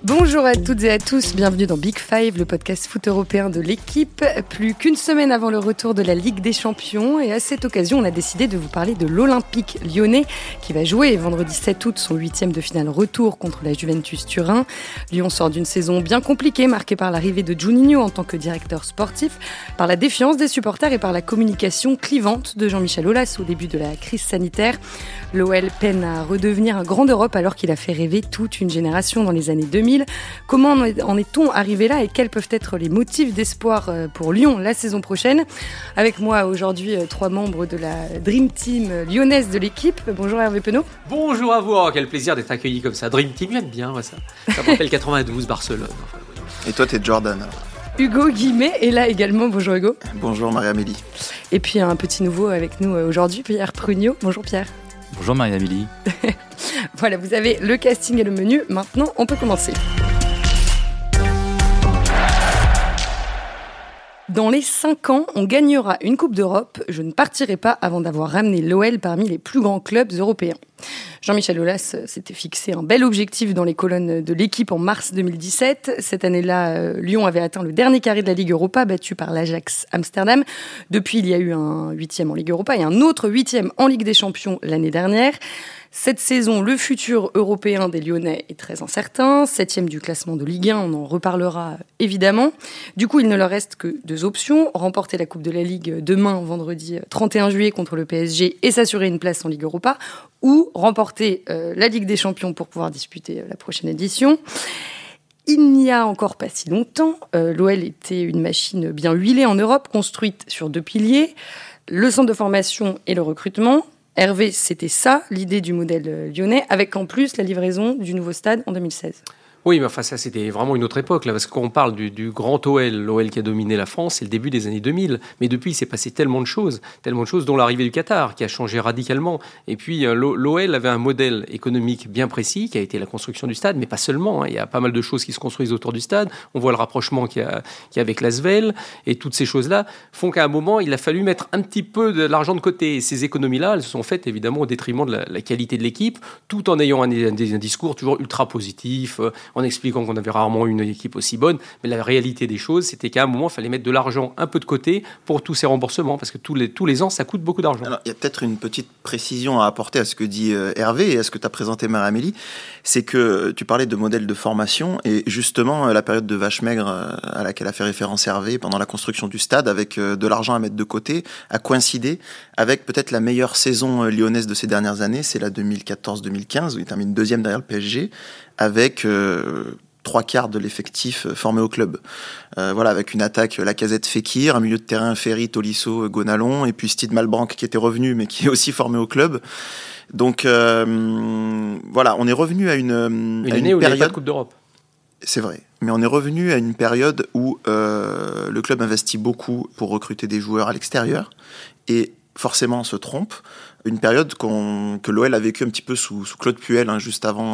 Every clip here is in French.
Bonjour à toutes et à tous, bienvenue dans Big Five, le podcast foot européen de l'équipe. Plus qu'une semaine avant le retour de la Ligue des Champions, et à cette occasion, on a décidé de vous parler de l'Olympique lyonnais qui va jouer vendredi 7 août son 8e de finale retour contre la Juventus Turin. Lyon sort d'une saison bien compliquée, marquée par l'arrivée de Juninho en tant que directeur sportif, par la défiance des supporters et par la communication clivante de Jean-Michel Aulas au début de la crise sanitaire. L'OL peine à redevenir un grand d'Europe alors qu'il a fait rêver toute une génération dans les années 2000. Comment en est-on arrivé là et quels peuvent être les motifs d'espoir pour Lyon la saison prochaine? Avec moi aujourd'hui 3 membres de la Dream Team lyonnaise de l'équipe. Bonjour Hervé Penaud. Bonjour à vous, quel plaisir d'être accueilli comme ça. Dream Team, j'aime bien moi, ça. Ça me rappelle 92 Barcelone. Enfin, et toi t'es Jordan. Hugo Guillemet est là également. Bonjour Hugo. Bonjour Marie-Amélie. Et puis un petit nouveau avec nous aujourd'hui, Pierre Prugnot. Bonjour Pierre. Bonjour Marie-Amélie. Voilà, vous avez le casting et le menu. Maintenant, on peut commencer. Dans les 5 ans, on gagnera une Coupe d'Europe. Je ne partirai pas avant d'avoir ramené l'OL parmi les plus grands clubs européens. Jean-Michel Aulas s'était fixé un bel objectif dans les colonnes de l'équipe en mars 2017. Cette année-là, Lyon avait atteint le dernier carré de la Ligue Europa, battu par l'Ajax Amsterdam. Depuis, il y a eu un 8e en Ligue Europa et un autre 8e en Ligue des Champions l'année dernière. Cette saison, le futur européen des Lyonnais est très incertain. 7e du classement de Ligue 1, on en reparlera évidemment. Du coup, il ne leur reste que 2 options. Remporter la Coupe de la Ligue demain, vendredi 31 juillet contre le PSG et s'assurer une place en Ligue Europa, ou remporter la Ligue des Champions pour pouvoir disputer la prochaine édition. Il n'y a encore pas si longtemps, l'OL était une machine bien huilée en Europe, construite sur 2 piliers, le centre de formation et le recrutement. Hervé, c'était ça, l'idée du modèle lyonnais, avec en plus la livraison du nouveau stade en 2016. Oui, mais enfin ça c'était vraiment une autre époque là, parce que quand on parle du grand l'OL qui a dominé la France, c'est le début des années 2000. Mais depuis, il s'est passé tellement de choses, dont l'arrivée du Qatar qui a changé radicalement. Et puis l'OL avait un modèle économique bien précis qui a été la construction du stade, mais pas seulement. Il y a pas mal de choses qui se construisent autour du stade. On voit le rapprochement qu'il y a avec l'Asvel, et toutes ces choses-là font qu'à un moment, il a fallu mettre un petit peu de l'argent de côté. Et ces économies-là, elles se sont faites évidemment au détriment de la qualité de l'équipe, tout en ayant un discours toujours ultra positif. En expliquant qu'on avait rarement une équipe aussi bonne. Mais la réalité des choses, c'était qu'à un moment, il fallait mettre de l'argent un peu de côté pour tous ces remboursements, parce que tous les ans, ça coûte beaucoup d'argent. Alors, il y a peut-être une petite précision à apporter à ce que dit Hervé et à ce que tu as présenté Marie-Amélie. C'est que tu parlais de modèle de formation, et justement, la période de vache maigre à laquelle a fait référence Hervé pendant la construction du stade, avec de l'argent à mettre de côté, a coïncidé avec peut-être la meilleure saison lyonnaise de ces dernières années. C'est la 2014-2015, où il termine 2e derrière le PSG, avec 3/4 de l'effectif formé au club. Voilà, avec une attaque Lacazette Fekir, un milieu de terrain Ferry, Tolisso, Gonalon, et puis Steve Malbranck qui était revenu mais qui est aussi formé au club. Donc voilà, on est revenu à une année où il n'y avait pas de période. Coupe d'Europe. C'est vrai, mais on est revenu à une période où le club investit beaucoup pour recruter des joueurs à l'extérieur, et forcément on se trompe. Une période que l'OL a vécu un petit peu sous Claude Puel, juste avant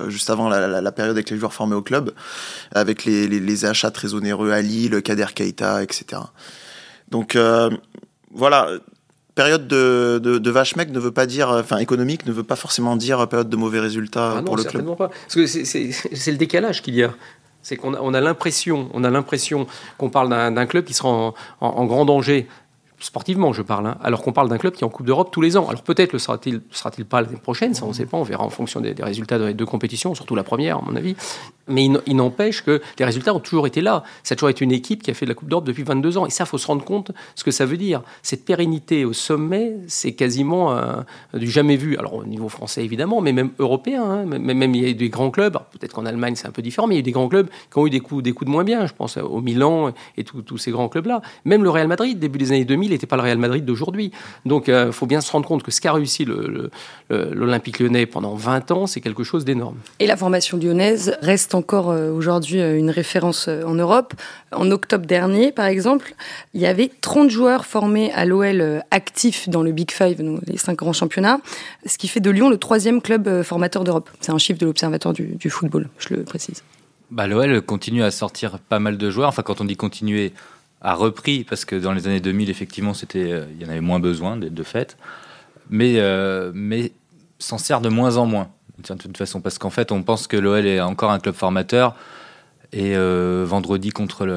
la période avec les joueurs formés au club, avec les achats très onéreux à Lille, Kader Keita, etc. Donc voilà, période de vache maigre ne veut pas dire, économique ne veut pas forcément dire période de mauvais résultats pour le club. Certainement pas. Parce que c'est le décalage qu'il y a. C'est qu'on a l'impression qu'on parle d'un club qui sera en grand danger. Sportivement, je parle, alors qu'on parle d'un club qui est en Coupe d'Europe tous les ans. Alors peut-être le sera-t-il pas l'année prochaine, ça on ne sait pas, on verra en fonction des résultats dans les 2 compétitions, surtout la première à mon avis. Mais il n'empêche que les résultats ont toujours été là. Ça a toujours été une équipe qui a fait de la Coupe d'Europe depuis 22 ans. Et ça, il faut se rendre compte ce que ça veut dire. Cette pérennité au sommet, c'est quasiment du jamais vu. Alors au niveau français évidemment, mais même européen. Même il y a eu des grands clubs, alors, peut-être qu'en Allemagne c'est un peu différent, mais il y a eu des grands clubs qui ont eu des coups de moins bien. Je pense au Milan et tous ces grands clubs-là. Même le Real Madrid, début des années 2000, n'était pas le Real Madrid d'aujourd'hui. Donc il faut bien se rendre compte que ce qu'a réussi l'Olympique lyonnais pendant 20 ans, c'est quelque chose d'énorme. Et la formation lyonnaise reste encore aujourd'hui une référence en Europe. En octobre dernier, par exemple, il y avait 30 joueurs formés à l'OL actifs dans le Big Five, les 5 grands championnats, ce qui fait de Lyon le 3e club formateur d'Europe. C'est un chiffre de l'Observatoire du football, je le précise. L'OL continue à sortir pas mal de joueurs. Enfin, quand on dit continuer, a repris, parce que dans les années 2000, effectivement, il y en avait moins besoin de fait, mais s'en sert de moins en moins. d'une certaine façon, parce qu'en fait, on pense que l'OL est encore un club formateur. Et vendredi contre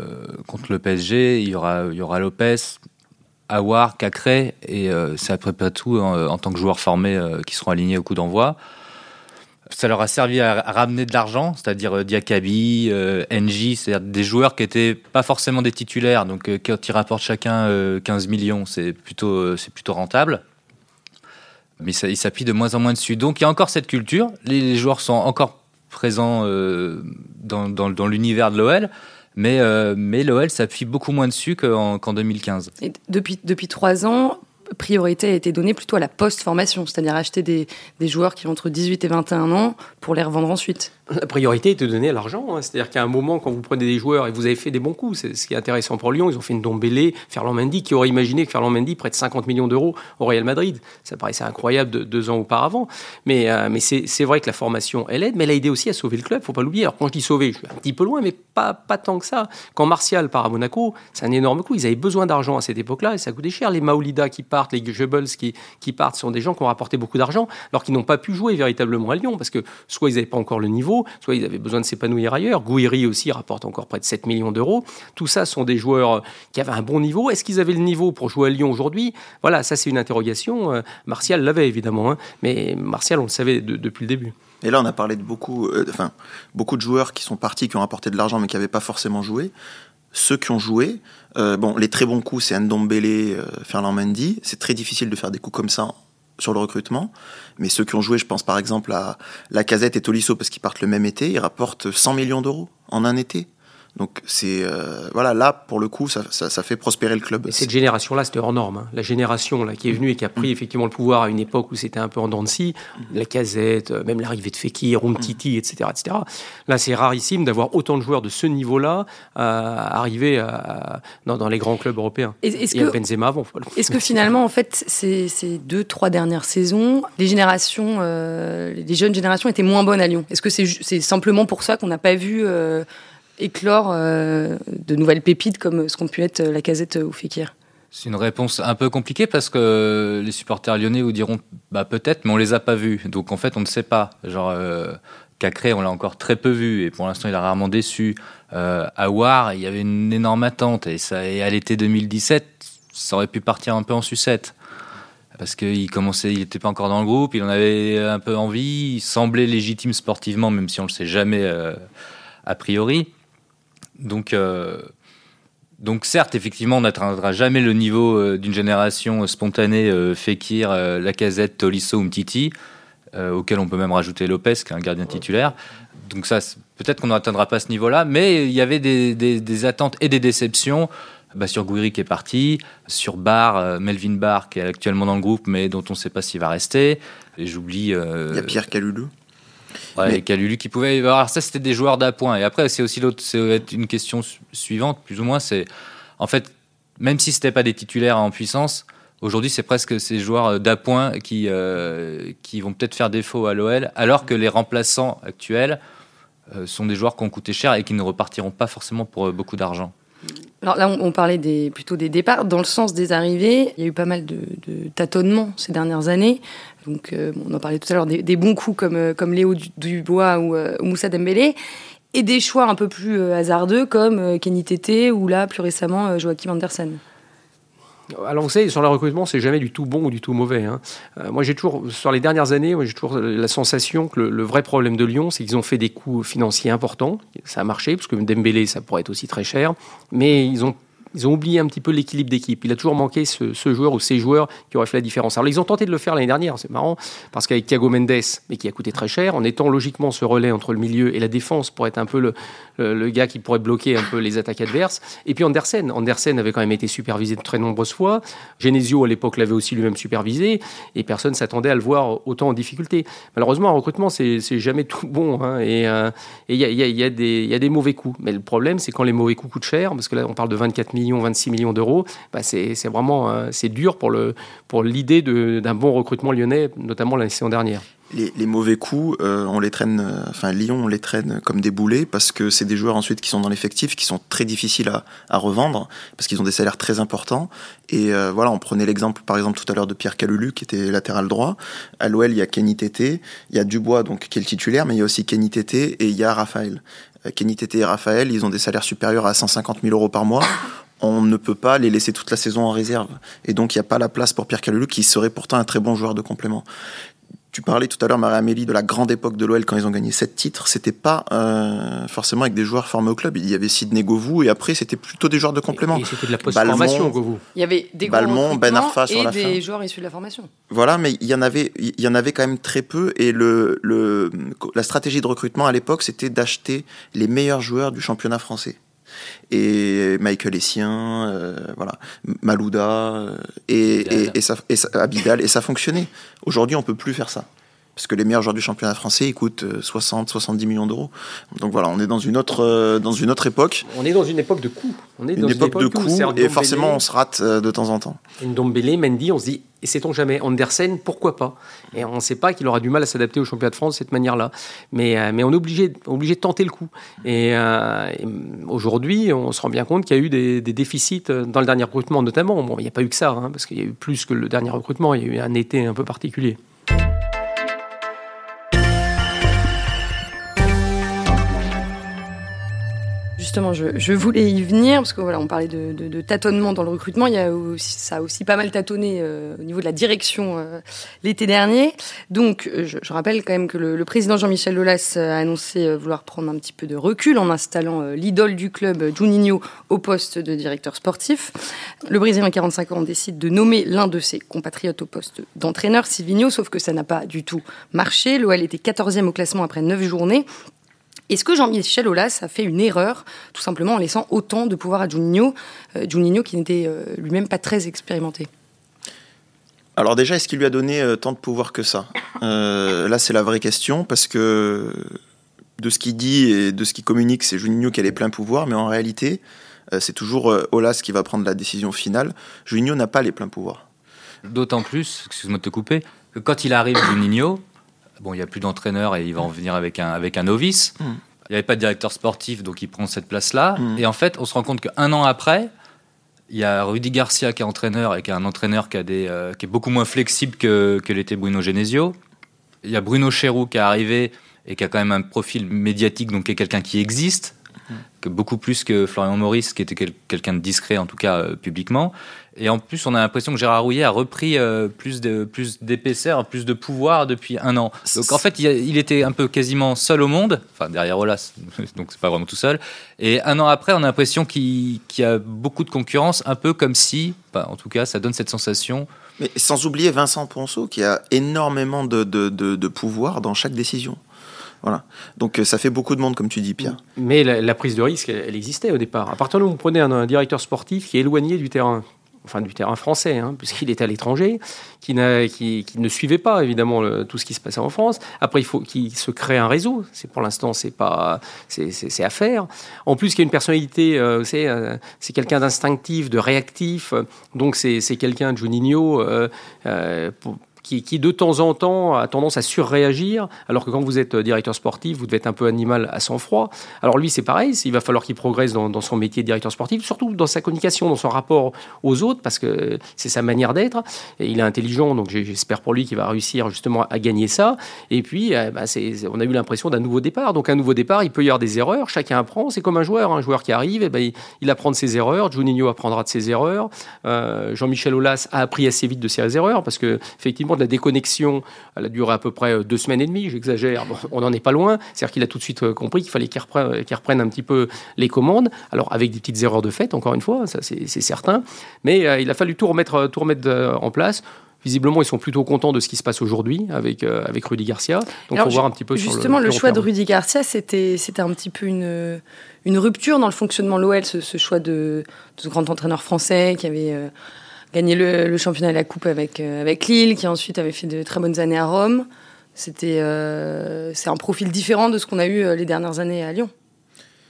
le PSG, il y aura Lopez, Aouar, Cacré, et c'est à peu près tout en tant que joueurs formés qui seront alignés au coup d'envoi. Ça leur a servi à ramener de l'argent, c'est-à-dire Diakaby, NJ, c'est-à-dire des joueurs qui n'étaient pas forcément des titulaires, donc quand ils rapportent chacun 15 millions, c'est plutôt rentable. Mais ils s'appuient de moins en moins dessus. Donc il y a encore cette culture, les joueurs sont encore présents dans l'univers de l'OL, mais l'OL s'appuie beaucoup moins dessus qu'en 2015. Et depuis 3 ans, priorité a été donnée plutôt à la post-formation, c'est-à-dire acheter des joueurs qui ont entre 18 et 21 ans pour les revendre ensuite. La priorité était donnée à l'argent, hein. C'est-à-dire qu'à un moment, quand vous prenez des joueurs et vous avez fait des bons coups, c'est ce qui est intéressant pour Lyon, ils ont fait une Ndombélé, Ferland Mendy, qui aurait imaginé que Ferland Mendy prête 50 millions d'euros au Real Madrid. Ça paraissait incroyable 2 ans auparavant. Mais c'est vrai que la formation, elle aide, mais elle a aidé aussi à sauver le club, faut pas l'oublier. Alors quand je dis sauver, je suis un petit peu loin, mais pas tant que ça. Quand Martial part à Monaco, c'est un énorme coup. Ils avaient besoin d'argent à cette époque-là et ça coûtait cher. Les Maolida qui partent, les Goebbels qui partent, sont des gens qui ont rapporté beaucoup d'argent, alors qu'ils n'ont pas pu jouer véritablement à Lyon, parce que soit ils n'avaient pas encore le niveau, soit ils avaient besoin de s'épanouir ailleurs. Gouiri aussi rapporte encore près de 7 millions d'euros. Tout ça sont des joueurs qui avaient un bon niveau. Est-ce qu'ils avaient le niveau pour jouer à Lyon aujourd'hui ? Voilà, ça c'est une interrogation. Martial l'avait évidemment, hein, mais Martial, on le savait depuis le début. Et là, on a parlé de beaucoup de joueurs qui sont partis, qui ont apporté de l'argent, mais qui n'avaient pas forcément joué. Ceux qui ont joué, les très bons coups, c'est Ndombélé, Ferland Mendy. C'est très difficile de faire des coups comme ça sur le recrutement. Mais ceux qui ont joué, je pense par exemple à Lacazette et Tolisso, parce qu'ils partent le même été, ils rapportent 100 millions d'euros en un été. Donc c'est là pour le coup ça fait prospérer le club. Et cette génération-là, c'était hors norme, hein. La génération là qui est venue et qui a pris effectivement le pouvoir à une époque où c'était un peu en dents de scie, Lacazette, même l'arrivée de Fekir, Umtiti, etc. Là, c'est rarissime d'avoir autant de joueurs de ce niveau-là arriver dans les grands clubs européens. Est-ce que Benzema avant. Est-ce que finalement, en fait, ces 2-3 dernières saisons, les jeunes générations étaient moins bonnes à Lyon ? Est-ce que c'est simplement pour ça qu'on n'a pas vu éclore de nouvelles pépites comme ce qu'ont pu être Lacazette ou Fekir ? C'est une réponse un peu compliquée parce que les supporters lyonnais vous diront peut-être, mais on les a pas vus. Donc en fait, on ne sait pas. Genre Cacré, on l'a encore très peu vu et pour l'instant, il a rarement déçu. Aouar, il y avait une énorme attente et à l'été 2017, ça aurait pu partir un peu en sucette. Parce qu'il n'était pas encore dans le groupe, il en avait un peu envie, il semblait légitime sportivement, même si on ne le sait jamais a priori. Donc certes, effectivement, on n'atteindra jamais le niveau d'une génération spontanée, Fekir, Lacazette, Tolisso, Umtiti, auquel on peut même rajouter Lopez, qui est un gardien titulaire. Donc ça, peut-être qu'on n'atteindra pas ce niveau-là, mais il y avait des attentes et des déceptions. Sur Gouiri qui est parti, sur Melvin Barr qui est actuellement dans le groupe, mais dont on ne sait pas s'il va rester. Et j'oublie... Il y a Pierre Kalulu. Ouais, et Kalulu qui pouvait... Alors ça, c'était des joueurs d'appoint. Et après, c'est aussi une question suivante, plus ou moins, c'est... En fait, même si ce n'étaient pas des titulaires en puissance, aujourd'hui, c'est presque ces joueurs d'appoint qui vont peut-être faire défaut à l'OL, alors que les remplaçants actuels sont des joueurs qui ont coûté cher et qui ne repartiront pas forcément pour beaucoup d'argent. Alors là, on parlait plutôt des départs. Dans le sens des arrivées, il y a eu pas mal de tâtonnements ces dernières années. Donc, on en parlait tout à l'heure, des bons coups comme Léo Dubois ou Moussa Dembélé, et des choix un peu plus hasardeux comme Kenny Tété ou là, plus récemment, Joachim Andersen. Alors vous savez, sur le recrutement, c'est jamais du tout bon ou du tout mauvais, hein. Moi, sur les dernières années, j'ai toujours la sensation que le vrai problème de Lyon, c'est qu'ils ont fait des coûts financiers importants. Ça a marché, parce que Dembélé, ça pourrait être aussi très cher. Mais ils ont oublié un petit peu l'équilibre d'équipe. Il a toujours manqué ce joueur ou ces joueurs qui auraient fait la différence. Alors, ils ont tenté de le faire l'année dernière, c'est marrant, parce qu'avec Thiago Mendes, mais qui a coûté très cher, en étant logiquement ce relais entre le milieu et la défense pour être un peu le gars qui pourrait bloquer un peu les attaques adverses. Et puis Andersen avait quand même été supervisé de très nombreuses fois. Genesio, à l'époque, l'avait aussi lui-même supervisé, et personne s'attendait à le voir autant en difficulté. Malheureusement, un recrutement, c'est jamais tout bon, hein, et il y a des mauvais coups. Mais le problème, c'est quand les mauvais coups coûtent cher, parce que là, on parle de 26 millions d'euros, c'est vraiment c'est dur pour l'idée d'un bon recrutement lyonnais, notamment la saison dernière. Les mauvais coups, on les traîne, Lyon, on les traîne comme des boulets parce que c'est des joueurs ensuite qui sont dans l'effectif, qui sont très difficiles à revendre parce qu'ils ont des salaires très importants. Et on prenait l'exemple, par exemple, tout à l'heure de Pierre Kalulu qui était latéral droit. À l'OL, il y a Kenny Tété, il y a Dubois donc qui est le titulaire, mais il y a aussi Kenny Tété et il y a Raphaël. Kenny Tété et Raphaël, ils ont des salaires supérieurs à 150 000 euros par mois. On ne peut pas les laisser toute la saison en réserve. Et donc, il n'y a pas la place pour Pierre Kalulu qui serait pourtant un très bon joueur de complément. Tu parlais tout à l'heure, Marie-Amélie, de la grande époque de l'OL quand ils ont gagné 7 titres. C'était pas forcément avec des joueurs formés au club. Il y avait Sidney Govou et après, c'était plutôt des joueurs de complément. Et c'était de la post-formation, Govou. Il y avait des Balmont, Ben Arfa sur et la des fin. joueurs issus de la formation. Voilà, mais il y en avait quand même très peu. Et la stratégie de recrutement à l'époque, c'était d'acheter les meilleurs joueurs du championnat français. Et Michael Essien, Malouda, Abidal, et ça fonctionnait. Aujourd'hui, on peut plus faire ça. Parce que les meilleurs joueurs du championnat français, ils coûtent 60-70 millions d'euros. Donc voilà, on est dans une autre époque. On est dans une époque de coups. On est dans une époque de coups, et forcément, on se rate de temps en temps. Ndombele, Mendy, on se dit, et sait-on jamais, Andersen, pourquoi pas? Et on ne sait pas qu'il aura du mal à s'adapter au championnat de France de cette manière-là. Mais on est obligé de tenter le coup. Et aujourd'hui, on se rend bien compte qu'il y a eu des déficits dans le dernier recrutement, notamment. Bon, il n'y a pas eu que ça, parce qu'il y a eu plus que le dernier recrutement. Il y a eu un été un peu particulier. Justement, je voulais y venir, parce que voilà, on parlait de tâtonnement dans le recrutement. Ça a aussi pas mal tâtonné au niveau de la direction l'été dernier. Donc, je rappelle quand même que le président Jean-Michel Aulas a annoncé vouloir prendre un petit peu de recul en installant l'idole du club, Juninho, au poste de directeur sportif. Le Brésilien, 45 ans, décide de nommer l'un de ses compatriotes au poste d'entraîneur, Silvinho, sauf que ça n'a pas du tout marché. L'OL était 14e au classement après 9 journées. Est-ce que Jean-Michel Aulas a fait une erreur, tout simplement en laissant autant de pouvoir à Juninho qui n'était lui-même pas très expérimenté? Alors déjà, est-ce qu'il lui a donné tant de pouvoir que ça? Là, c'est la vraie question, parce que de ce qu'il dit et de ce qu'il communique, c'est Juninho qui a les pleins pouvoirs, mais en réalité, c'est toujours Aulas qui va prendre la décision finale. Juninho n'a pas les pleins pouvoirs. D'autant plus, excuse-moi de te couper, que quand il arrive, Juninho, bon, il n'y a plus d'entraîneur et il va en venir avec un novice. Il n'y avait pas de directeur sportif, donc il prend cette place-là. Et en fait, on se rend compte qu'un an après, il y a Rudy Garcia qui est entraîneur et qui est un entraîneur qui est beaucoup moins flexible que l'était Bruno Genesio. Il y a Bruno Chéroux qui est arrivé et qui a quand même un profil médiatique, donc qui est quelqu'un qui existe, que beaucoup plus que Florian Maurice, qui était quelqu'un de discret, en tout cas publiquement. Et en plus, on a l'impression que Gérard Rouillet a repris plus d'épaisseur, plus de pouvoir depuis un an. Donc en fait, il était un peu quasiment seul au monde, enfin derrière Aulas, donc c'est pas vraiment tout seul. Et un an après, on a l'impression qu'il y a beaucoup de concurrence, un peu comme si, en tout cas, ça donne cette sensation. Mais sans oublier Vincent Ponceau, qui a énormément de pouvoir dans chaque décision. Voilà. Donc ça fait beaucoup de monde, comme tu dis, Pierre. Mais la prise de risque, elle existait au départ. À partir du moment où vous prenez un directeur sportif qui est éloigné du terrain, enfin du terrain français, puisqu'il est à l'étranger, qui ne suivait pas évidemment tout ce qui se passait en France. Après, il faut qu'il se crée un réseau. Pour l'instant, c'est à faire. En plus, qu'il y a une personnalité, c'est quelqu'un d'instinctif, de réactif. Donc c'est quelqu'un de Juninho qui de temps en temps a tendance à surréagir, alors que quand vous êtes directeur sportif, vous devez être un peu animal à sang-froid. Alors lui, c'est pareil, il va falloir qu'il progresse dans son métier de directeur sportif, surtout dans sa communication, dans son rapport aux autres, parce que c'est sa manière d'être. Et il est intelligent, donc j'espère pour lui qu'il va réussir justement à gagner ça. Et puis, on a eu l'impression d'un nouveau départ. Donc un nouveau départ, il peut y avoir des erreurs, chacun apprend. C'est comme un joueur qui arrive, il apprend de ses erreurs. Juninho apprendra de ses erreurs. Jean-Michel Aulas a appris assez vite de ses erreurs, parce que effectivement, de la déconnexion, elle a duré à peu près 2 semaines et demie, j'exagère, bon, on n'en est pas loin, c'est-à-dire qu'il a tout de suite compris qu'il fallait qu'il reprenne un petit peu les commandes, alors avec des petites erreurs de fait, encore une fois, ça c'est certain, mais il a fallu tout remettre en place. Visiblement, ils sont plutôt contents de ce qui se passe aujourd'hui avec Rudy Garcia. Donc, il faut voir un petit peu justement, le choix de Rudy Garcia, c'était un petit peu une rupture dans le fonctionnement de l'OL, ce choix de ce grand entraîneur français qui avait gagné le championnat et la coupe avec Lille, qui ensuite avait fait de très bonnes années à Rome. C'est un profil différent de ce qu'on a eu les dernières années à Lyon.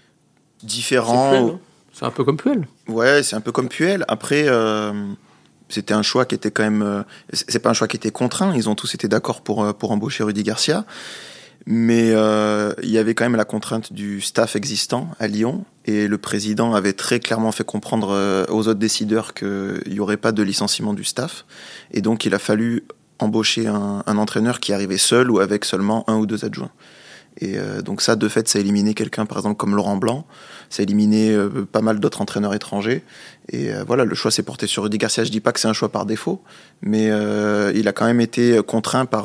Différent. C'est un peu comme Puel. Ouais, c'est un peu comme Puel. Après, c'était un choix qui était quand même... c'est pas un choix qui était contraint, ils ont tous été d'accord pour embaucher Rudy Garcia. Mais il y avait quand même la contrainte du staff existant à Lyon, et le président avait très clairement fait comprendre aux autres décideurs qu'il n'y aurait pas de licenciement du staff. Et donc il a fallu embaucher un entraîneur qui arrivait seul ou avec seulement 1 ou 2 adjoints. Et donc ça, de fait, ça a éliminé quelqu'un, par exemple, comme Laurent Blanc. Ça a éliminé pas mal d'autres entraîneurs étrangers. Et voilà, le choix s'est porté sur Rudy Garcia. Je dis pas que c'est un choix par défaut, mais il a quand même été contraint par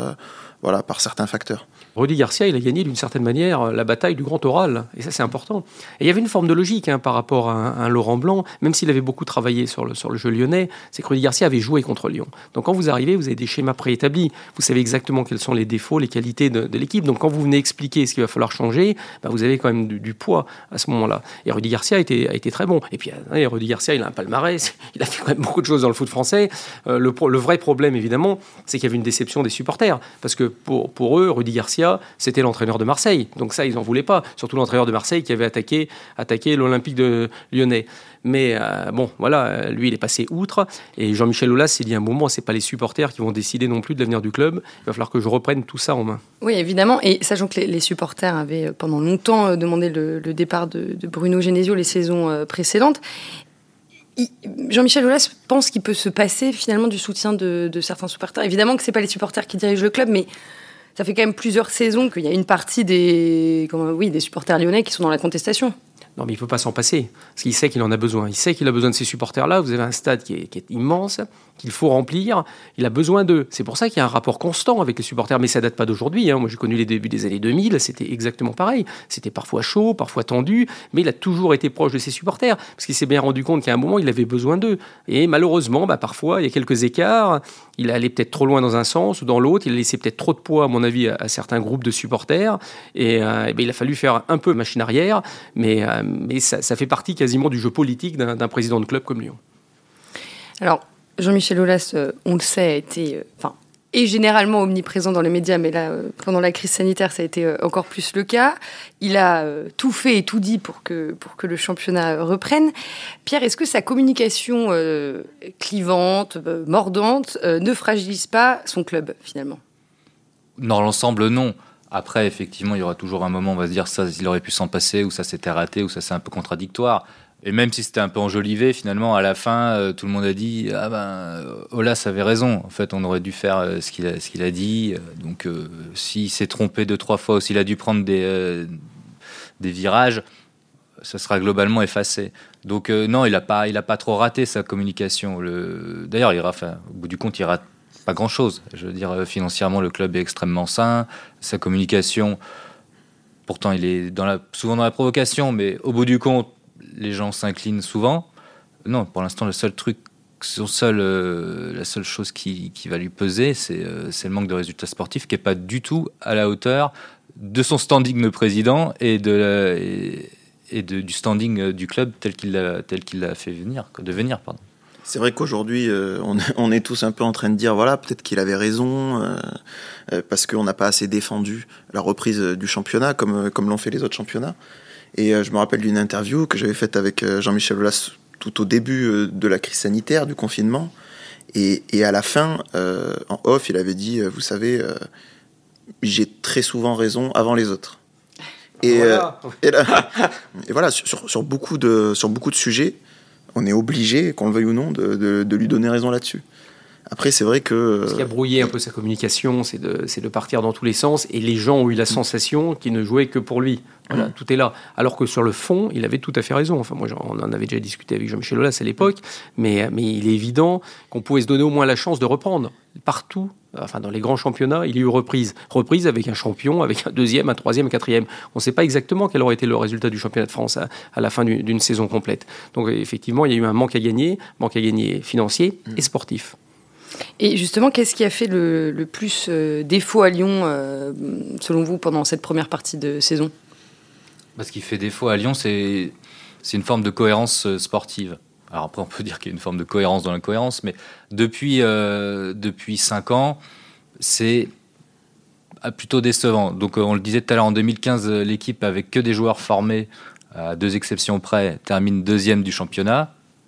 certains facteurs. Rudy Garcia, il a gagné d'une certaine manière la bataille du grand oral, et ça c'est important. Et il y avait une forme de logique par rapport à un Laurent Blanc, même s'il avait beaucoup travaillé sur le jeu lyonnais, c'est que Rudy Garcia avait joué contre Lyon. Donc quand vous arrivez, vous avez des schémas préétablis, vous savez exactement quels sont les défauts, les qualités de l'équipe. Donc quand vous venez expliquer ce qu'il va falloir changer, vous avez quand même du poids à ce moment-là. Et Rudy Garcia a été très bon. Et puis Rudy Garcia, il a un palmarès, il a fait quand même beaucoup de choses dans le foot français. Le vrai problème, évidemment, c'est qu'il y avait une déception des supporters, parce que pour eux, Rudy Garcia, c'était l'entraîneur de Marseille. Donc ça, ils n'en voulaient pas. Surtout l'entraîneur de Marseille qui avait attaqué l'Olympique de Lyonnais. Mais lui, il est passé outre. Et Jean-Michel Aulas s'est dit à un moment, c'est pas les supporters qui vont décider non plus de l'avenir du club. Il va falloir que je reprenne tout ça en main. Oui, évidemment. Et sachant que les supporters avaient pendant longtemps demandé le départ de Bruno Genesio les saisons précédentes, Jean-Michel Aulas pense qu'il peut se passer finalement du soutien de certains supporters. Évidemment que c'est pas les supporters qui dirigent le club, mais ça fait quand même plusieurs saisons qu'il y a une partie des supporters lyonnais qui sont dans la contestation. Non, mais il ne peut pas s'en passer, parce qu'il sait qu'il en a besoin. Il sait qu'il a besoin de ces supporters-là. Vous avez un stade qui est immense, qu'il faut remplir. Il a besoin d'eux. C'est pour ça qu'il y a un rapport constant avec les supporters. Mais ça ne date pas d'aujourd'hui. Moi, j'ai connu les débuts des années 2000. C'était exactement pareil. C'était parfois chaud, parfois tendu. Mais il a toujours été proche de ses supporters, parce qu'il s'est bien rendu compte qu'à un moment, il avait besoin d'eux. Et malheureusement, parfois, il y a quelques écarts. Il allait peut-être trop loin dans un sens ou dans l'autre. Il a laissé peut-être trop de poids, à mon avis, à certains groupes de supporters. Et il a fallu faire un peu machine arrière. Mais ça fait partie quasiment du jeu politique d'un président de club comme Lyon. Alors, Jean-Michel Aulas, on le sait, est généralement omniprésent dans les médias, mais là, pendant la crise sanitaire, ça a été encore plus le cas. Il a tout fait et tout dit pour que le championnat reprenne. Pierre, est-ce que sa communication clivante, mordante, ne fragilise pas son club, finalement ? Dans l'ensemble, non. Après, effectivement, il y aura toujours un moment, on va se dire, ça, il aurait pu s'en passer, ou ça s'était raté, ou ça c'est un peu contradictoire. Et même si c'était un peu enjolivé, finalement, à la fin, tout le monde a dit Aulas avait raison. En fait, on aurait dû faire ce qu'il a dit. Donc, s'il s'est trompé 2-3 fois, ou s'il a dû prendre des virages, ça sera globalement effacé. Donc, non, il a pas trop raté sa communication. D'ailleurs, au bout du compte, il rate pas grand-chose. Je veux dire, financièrement, le club est extrêmement sain. Sa communication, pourtant, il est souvent dans la provocation, mais au bout du compte, les gens s'inclinent souvent. Non, pour l'instant, la seule chose qui va lui peser, c'est le manque de résultats sportifs qui n'est pas du tout à la hauteur de son standing de président et du standing du club tel qu'il l'a fait devenir. C'est vrai qu'aujourd'hui, on est tous un peu en train de dire, voilà, peut-être qu'il avait raison, parce qu'on n'a pas assez défendu la reprise du championnat, comme l'ont fait les autres championnats. Et je me rappelle d'une interview que j'avais faite avec Jean-Michel Aulas tout au début de la crise sanitaire, du confinement. Et à la fin, en off, il avait dit, vous savez, j'ai très souvent raison avant les autres. Et voilà, sur beaucoup de sujets, on est obligé, qu'on le veuille ou non, de lui donner raison là-dessus. Après, c'est vrai que... Ce qui a brouillé un peu sa communication, c'est de partir dans tous les sens, et les gens ont eu la sensation qu'il ne jouait que pour lui. Voilà, tout est là. Alors que sur le fond, il avait tout à fait raison. Enfin, moi, on en avait déjà discuté avec Jean-Michel Aulas à l'époque, mais il est évident qu'on pouvait se donner au moins la chance de reprendre. Partout, dans les grands championnats, il y a eu reprise avec un champion, avec un deuxième, un troisième, un quatrième. On ne sait pas exactement quel aurait été le résultat du championnat de France à la fin d'une saison complète. Donc effectivement, il y a eu un manque à gagner financier et sportif. Et justement, qu'est-ce qui a fait le plus défaut à Lyon, selon vous, pendant cette première partie de saison ? Ce qui fait défaut à Lyon, c'est une forme de cohérence sportive. Alors après, on peut dire qu'il y a une forme de cohérence dans l'incohérence, mais depuis 5 ans, c'est plutôt décevant. Donc on le disait tout à l'heure, en 2015, l'équipe avec que des joueurs formés, à 2 exceptions près, termine 2e du championnat.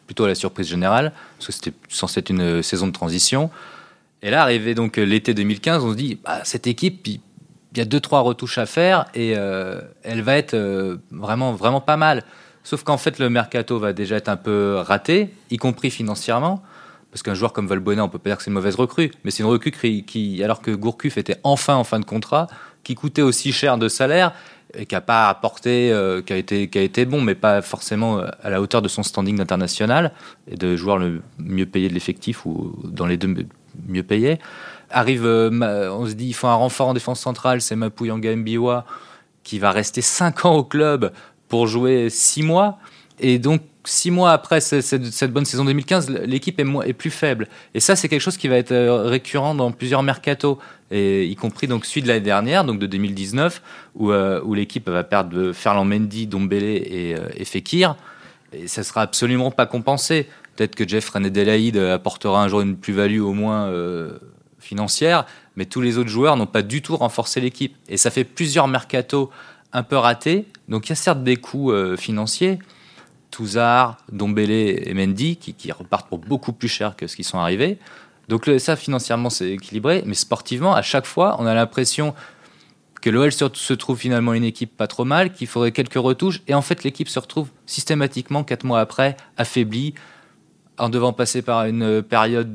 plutôt à la surprise générale, parce que c'était censé être une saison de transition. Et là, arrivé donc l'été 2015, on se dit, cette équipe, il y a 2-3 retouches à faire et elle va être vraiment, vraiment pas mal. Sauf qu'en fait, le mercato va déjà être un peu raté, y compris financièrement. Parce qu'un joueur comme Valbuena, on peut pas dire que c'est une mauvaise recrue, mais c'est une recrue qui alors que Gourcuff était enfin en fin de contrat, qui coûtait aussi cher de salaire, et qui n'a pas apporté, qui a été bon, mais pas forcément à la hauteur de son standing international, et de joueur le mieux payé de l'effectif, ou dans les deux mieux payés. Arrive, on se dit, il faut un renfort en défense centrale, c'est Mapuyanga Mbiwa, qui va rester 5 ans au club pour jouer 6 mois. Et donc, 6 mois après cette bonne saison 2015, l'équipe est plus faible. Et ça, c'est quelque chose qui va être récurrent dans plusieurs mercatos, et y compris donc celui de l'année dernière, donc de 2019, où l'équipe va perdre Ferland Mendy, Dombélé et Fekir. Et ça ne sera absolument pas compensé. Peut-être que Jeff René-Delaïd apportera un jour une plus-value au moins financière, mais tous les autres joueurs n'ont pas du tout renforcé l'équipe. Et ça fait plusieurs mercatos un peu ratés. Donc il y a certes des coûts financiers, Touzard, Dombélé et Mendy qui repartent pour beaucoup plus cher que ce qu'ils sont arrivés. Donc ça, financièrement, c'est équilibré. Mais sportivement, à chaque fois, on a l'impression que l'OL se trouve finalement une équipe pas trop mal, qu'il faudrait quelques retouches. Et en fait, l'équipe se retrouve systématiquement, 4 mois après, affaiblie, en devant passer par une période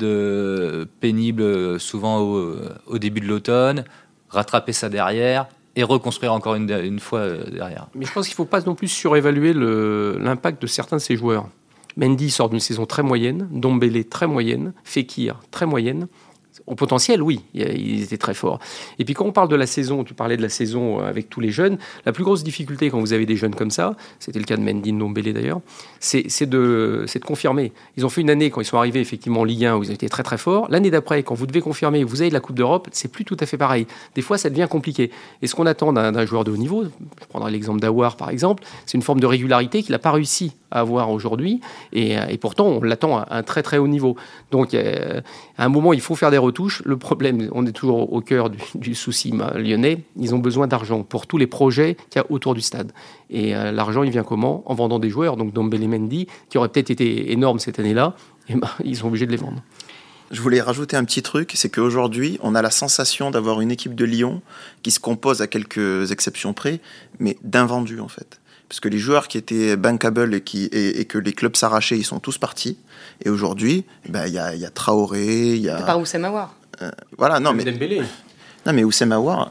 pénible, souvent au début de l'automne, rattraper ça derrière et reconstruire encore une fois derrière. Mais je pense qu'il ne faut pas non plus surévaluer l'impact de certains de ces joueurs. Mendy sort d'une saison très moyenne, Dombélé très moyenne, Fekir très moyenne. Au potentiel, oui, ils étaient très forts. Et puis quand on parle de la saison, tu parlais de la saison avec tous les jeunes, la plus grosse difficulté quand vous avez des jeunes comme ça, c'était le cas de Mendy, de Dombélé d'ailleurs, c'est de confirmer. Ils ont fait une année quand ils sont arrivés effectivement en Ligue 1 où ils étaient très très forts. L'année d'après, quand vous devez confirmer, vous avez de la Coupe d'Europe, c'est plus tout à fait pareil. Des fois, ça devient compliqué. Et ce qu'on attend d'un joueur de haut niveau, je prendrai l'exemple d'Aouar par exemple, c'est une forme de régularité qu'il n'a pas réussi à avoir aujourd'hui. Et pourtant, on l'attend à un très très haut niveau. Donc, à un moment, il faut faire des retouches. Le problème, on est toujours au cœur du souci lyonnais, ils ont besoin d'argent pour tous les projets qu'il y a autour du stade. Et l'argent, il vient comment ? En vendant des joueurs, donc Dombélé, Mendy, qui auraient peut-être été énormes cette année-là, et ils sont obligés de les vendre. Je voulais rajouter un petit truc, c'est qu'aujourd'hui, on a la sensation d'avoir une équipe de Lyon qui se compose, à quelques exceptions près, mais d'invendus en fait. Parce que les joueurs qui étaient bankable et que les clubs s'arrachaient, ils sont tous partis. Et aujourd'hui, y a Traoré, il y a... Par Oussem Aouar. Voilà, non mais... Dembélé. Non mais Oussem Aouar,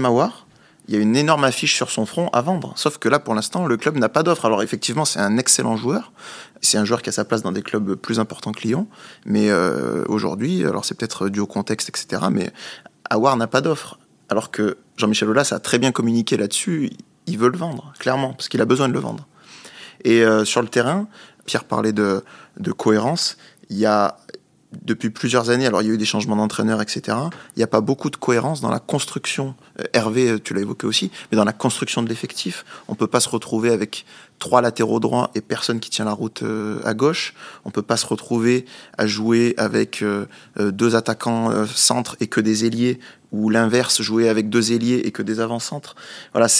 il y a une énorme affiche sur son front à vendre. Sauf que là, pour l'instant, le club n'a pas d'offre. Alors effectivement, c'est un excellent joueur. C'est un joueur qui a sa place dans des clubs plus importants que Lyon. Mais aujourd'hui, alors c'est peut-être dû au contexte, etc. Mais Aouar n'a pas d'offre. Alors que Jean-Michel Aulas a très bien communiqué là-dessus. Il veut le vendre, clairement, parce qu'il a besoin de le vendre. Et sur le terrain, Pierre parlait de cohérence. Il y a, depuis plusieurs années, alors il y a eu des changements d'entraîneurs, etc. Il n'y a pas beaucoup de cohérence dans la construction. Hervé, tu l'as évoqué aussi, mais dans la construction de l'effectif. On ne peut pas se retrouver avec 3 latéraux droits et personne qui tient la route à gauche. On ne peut pas se retrouver à jouer avec 2 attaquants centres et que des ailiers, ou l'inverse, jouer avec 2 ailiers et que des avant-centres. Voilà,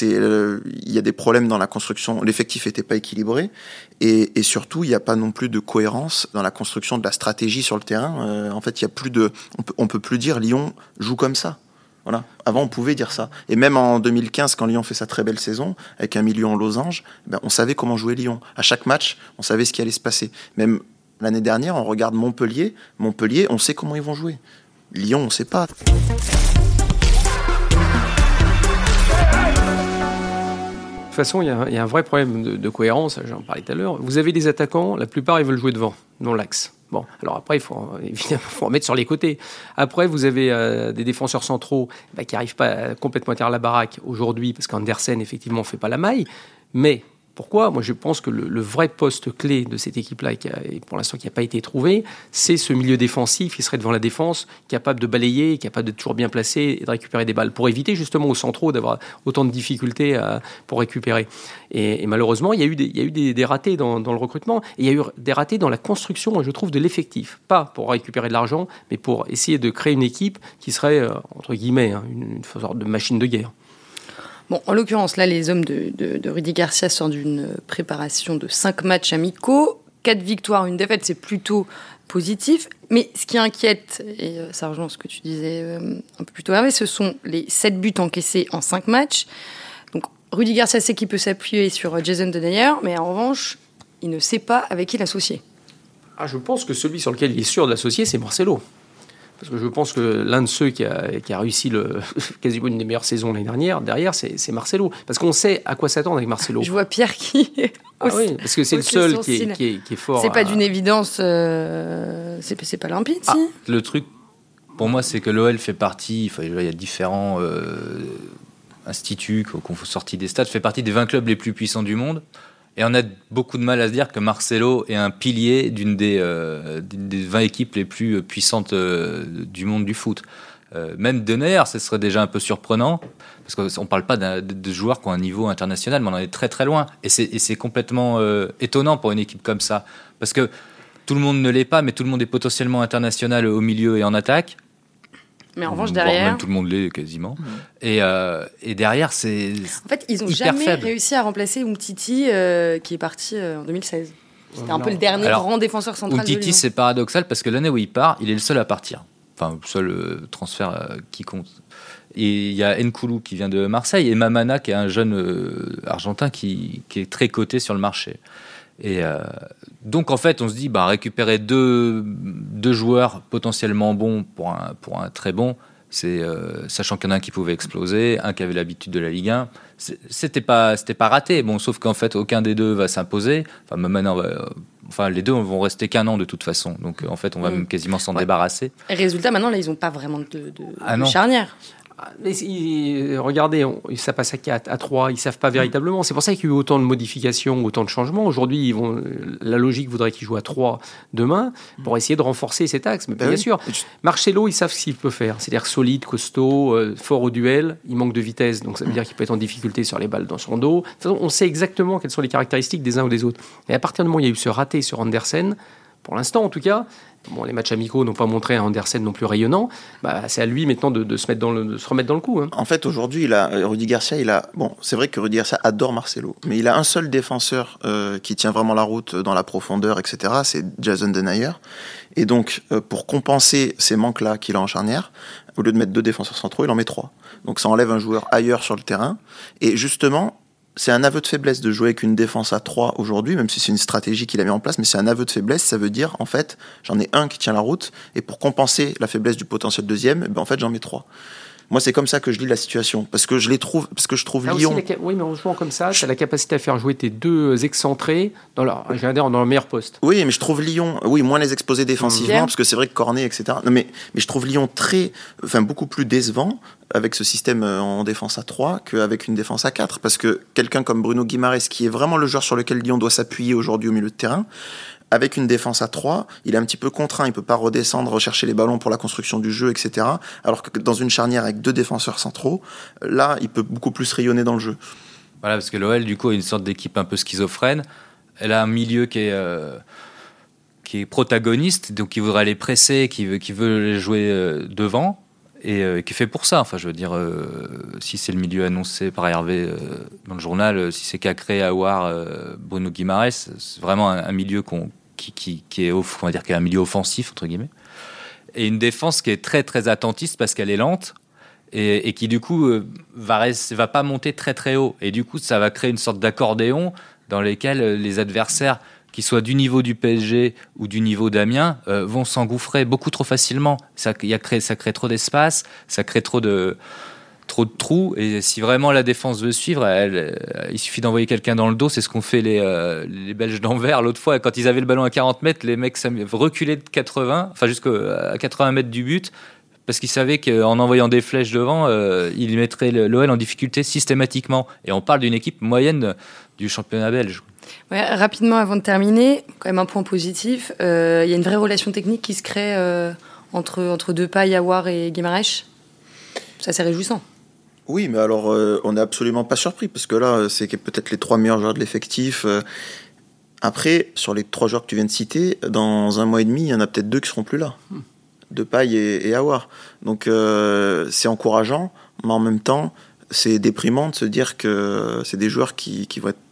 il y a des problèmes dans la construction. L'effectif n'était pas équilibré. Et surtout, il n'y a pas non plus de cohérence dans la construction de la stratégie sur le terrain. En fait, il y a plus de... On peut plus dire Lyon joue comme ça. Voilà. Avant, on pouvait dire ça. Et même en 2015, quand Lyon fait sa très belle saison, avec un milieu en losange, on savait comment jouer Lyon. À chaque match, on savait ce qui allait se passer. Même l'année dernière, on regarde Montpellier, on sait comment ils vont jouer. Lyon, on ne sait pas. De toute façon, il y a un vrai problème de cohérence, j'en parlais tout à l'heure. Vous avez des attaquants, la plupart, ils veulent jouer devant, dans l'axe. Bon, alors après, il faut en mettre sur les côtés. Après, vous avez des défenseurs centraux qui n'arrivent pas complètement à tirer la baraque aujourd'hui, parce qu'Andersen, effectivement, ne fait pas la maille. Mais pourquoi ? Moi, je pense que le vrai poste clé de cette équipe-là, et pour l'instant qui n'a pas été trouvé, c'est ce milieu défensif qui serait devant la défense, capable de balayer, capable d'être toujours bien placé et de récupérer des balles, pour éviter justement aux centraux d'avoir autant de difficultés pour récupérer. Et malheureusement, il y a eu des ratés dans le recrutement, et il y a eu des ratés dans la construction, moi, je trouve, de l'effectif. Pas pour récupérer de l'argent, mais pour essayer de créer une équipe qui serait, entre guillemets, une sorte de machine de guerre. Bon, en l'occurrence, là, les hommes de Rudy Garcia sortent d'une préparation de 5 matchs amicaux. 4 victoires, 1 défaite, c'est plutôt positif. Mais ce qui inquiète, et ça rejoint ce que tu disais un peu plus tôt, Hervé, ce sont les 7 buts encaissés en 5 matchs. Donc Rudy Garcia sait qu'il peut s'appuyer sur Jason Denayer, mais en revanche, il ne sait pas avec qui l'associer. Je pense que celui sur lequel il est sûr de l'associer, c'est Marcelo. Parce que je pense que l'un de ceux qui a réussi quasiment une des meilleures saisons l'année dernière, derrière, c'est Marcelo. Parce qu'on sait à quoi s'attendre avec Marcelo. Je vois Pierre qui... Oui, parce que c'est le seul qui est fort. C'est pas d'une évidence, c'est pas limpide, si. Le truc, pour moi, c'est que l'OL fait partie, il y a différents instituts qui ont sorti des stats, fait partie des 20 clubs les plus puissants du monde. Et on a beaucoup de mal à se dire que Marcelo est un pilier d'une des 20 équipes les plus puissantes du monde du foot. Même Denayer, ce serait déjà un peu surprenant, parce qu'on ne parle pas de joueurs qui ont un niveau international, mais on en est très très loin. Et c'est complètement étonnant pour une équipe comme ça, parce que tout le monde ne l'est pas, mais tout le monde est potentiellement international au milieu et en attaque. Mais en revanche, derrière... Même tout le monde l'est quasiment. Et derrière, c'est en fait, ils n'ont hyper jamais faible. réussi à remplacer Umtiti, qui est parti en 2016. C'était un peu le dernier grand défenseur central de Lyon. Umtiti, c'est paradoxal, parce que l'année où il part, il est le seul à partir. Enfin, le seul transfert qui compte. Et il y a Nkoulou qui vient de Marseille, et Mamana, qui est un jeune Argentin qui est très coté sur le marché. Et donc en fait on se dit récupérer deux joueurs potentiellement bons pour un très bon, c'est sachant qu'il y en a un qui pouvait exploser, un qui avait l'habitude de la Ligue 1, c'était pas raté. Bon, sauf qu'en fait aucun des deux va s'imposer. Enfin même maintenant les deux vont rester qu'un an de toute façon, donc en fait on va même quasiment s'en débarrasser. Et résultat, maintenant là ils n'ont pas vraiment de charnière. Mais regardez, ça passe à 4, à 3, ils ne savent pas véritablement. C'est pour ça qu'il y a eu autant de modifications, autant de changements. Aujourd'hui, la logique voudrait qu'ils jouent à 3 demain pour essayer de renforcer cet axe. Mais bien sûr, Marcelo, ils savent ce qu'il peut faire. C'est-à-dire solide, costaud, fort au duel, il manque de vitesse, donc ça veut dire qu'il peut être en difficulté sur les balles dans son dos. De toute façon, on sait exactement quelles sont les caractéristiques des uns ou des autres. Et à partir du moment où il y a eu ce raté sur Andersen, pour l'instant en tout cas, les matchs amicaux n'ont pas montré un Andersen non plus rayonnant, c'est à lui maintenant de se remettre dans le coup. En fait, aujourd'hui, Rudy Garcia, c'est vrai que Rudy Garcia adore Marcelo, mais il a un seul défenseur qui tient vraiment la route dans la profondeur, etc., c'est Jason Denayer. Et donc, pour compenser ces manques-là qu'il a en charnière, au lieu de mettre 2 défenseurs centraux, il en met 3. Donc ça enlève un joueur ailleurs sur le terrain. Et justement, c'est un aveu de faiblesse de jouer avec une défense à 3 aujourd'hui, même si c'est une stratégie qu'il a mis en place, mais c'est un aveu de faiblesse. Ça veut dire, en fait, j'en ai un qui tient la route, et pour compenser la faiblesse du potentiel deuxième, en fait, j'en mets 3. Moi, c'est comme ça que je lis la situation, parce que je trouve Lyon... Oui, mais en jouant comme ça, tu as la capacité à faire jouer tes 2 excentrés dans leur meilleur poste. Oui, mais je trouve Lyon, moins les exposer défensivement, parce que c'est vrai que Cornet, etc. Non, mais je trouve Lyon beaucoup plus décevant avec ce système en défense à 3 qu'avec une défense à 4, parce que quelqu'un comme Bruno Guimaraes, qui est vraiment le joueur sur lequel Lyon doit s'appuyer aujourd'hui au milieu de terrain, avec une défense à 3, il est un petit peu contraint, il peut pas redescendre, rechercher les ballons pour la construction du jeu, etc. Alors que dans une charnière avec 2 défenseurs centraux, là, il peut beaucoup plus rayonner dans le jeu. Voilà, parce que l'OL, du coup, a une sorte d'équipe un peu schizophrène. Elle a un milieu qui est protagoniste, donc qui voudrait aller presser, qui veut les jouer devant, et qui est fait pour ça. Enfin, je veux dire, si c'est le milieu annoncé par Hervé dans le journal, si c'est Cacré, Aouar, Bruno Guimaraes, c'est vraiment un milieu qui est on va dire qu'il y a un milieu offensif entre guillemets, et une défense qui est très très attentiste parce qu'elle est lente et qui du coup va pas monter très très haut, et du coup ça va créer une sorte d'accordéon dans lesquels les adversaires, qui soient du niveau du PSG ou du niveau d'Amiens, vont s'engouffrer beaucoup trop facilement. Ça crée trop d'espace, ça crée trop de trous, et si vraiment la défense veut suivre, il suffit d'envoyer quelqu'un dans le dos. C'est ce qu'ont fait les Belges d'Anvers l'autre fois, quand ils avaient le ballon à 40 mètres, les mecs reculaient de 80, enfin jusqu'à 80 mètres du but, parce qu'ils savaient qu'en envoyant des flèches devant, ils mettraient l'OL en difficulté systématiquement. Et on parle d'une équipe moyenne du championnat belge. Ouais, rapidement, avant de terminer, quand même un point positif, il y a une vraie relation technique qui se crée entre Depay, Aouar et Guimaraes. Ça, c'est réjouissant. Oui, mais alors, on n'est absolument pas surpris, parce que là, c'est peut-être les 3 meilleurs joueurs de l'effectif. Après, sur les 3 joueurs que tu viens de citer, dans 1 mois et demi, il y en a peut-être 2 qui seront plus là. Depay et Aouar. Donc, c'est encourageant, mais en même temps, c'est déprimant de se dire que c'est des joueurs qui vont être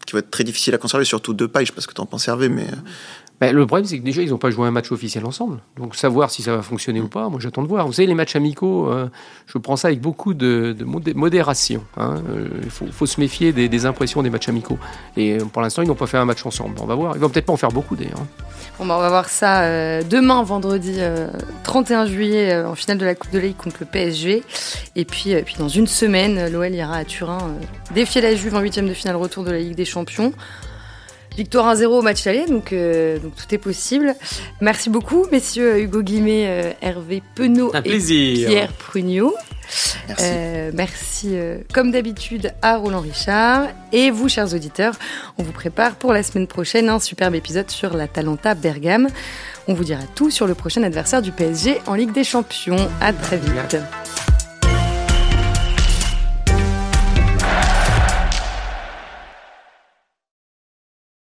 va être très difficile à conserver, surtout Depay. Je sais pas ce que tu en penses, Hervé, mais... Le problème, c'est que déjà, ils n'ont pas joué un match officiel ensemble. Donc, savoir si ça va fonctionner ou pas, moi, j'attends de voir. Vous savez, les matchs amicaux, je prends ça avec beaucoup de modération. Il faut se méfier des impressions des matchs amicaux. Et pour l'instant, ils n'ont pas fait un match ensemble. On va voir. Ils vont peut-être pas en faire beaucoup, d'ailleurs. On va voir ça demain, vendredi 31 juillet, en finale de la Coupe de la Ligue contre le PSG. Et puis dans une semaine, l'OL ira à Turin défier la Juve en 8e de finale retour de la Ligue des Champions. Victoire 1-0 au match aller, donc tout est possible. Merci beaucoup, messieurs Hugo Guimet, Hervé Penaud et Pierre Prugnot. Merci comme d'habitude à Roland Richard. Et vous, chers auditeurs, on vous prépare pour la semaine prochaine un superbe épisode sur l'Atalanta Bergame. On vous dira tout sur le prochain adversaire du PSG en Ligue des Champions. À très vite.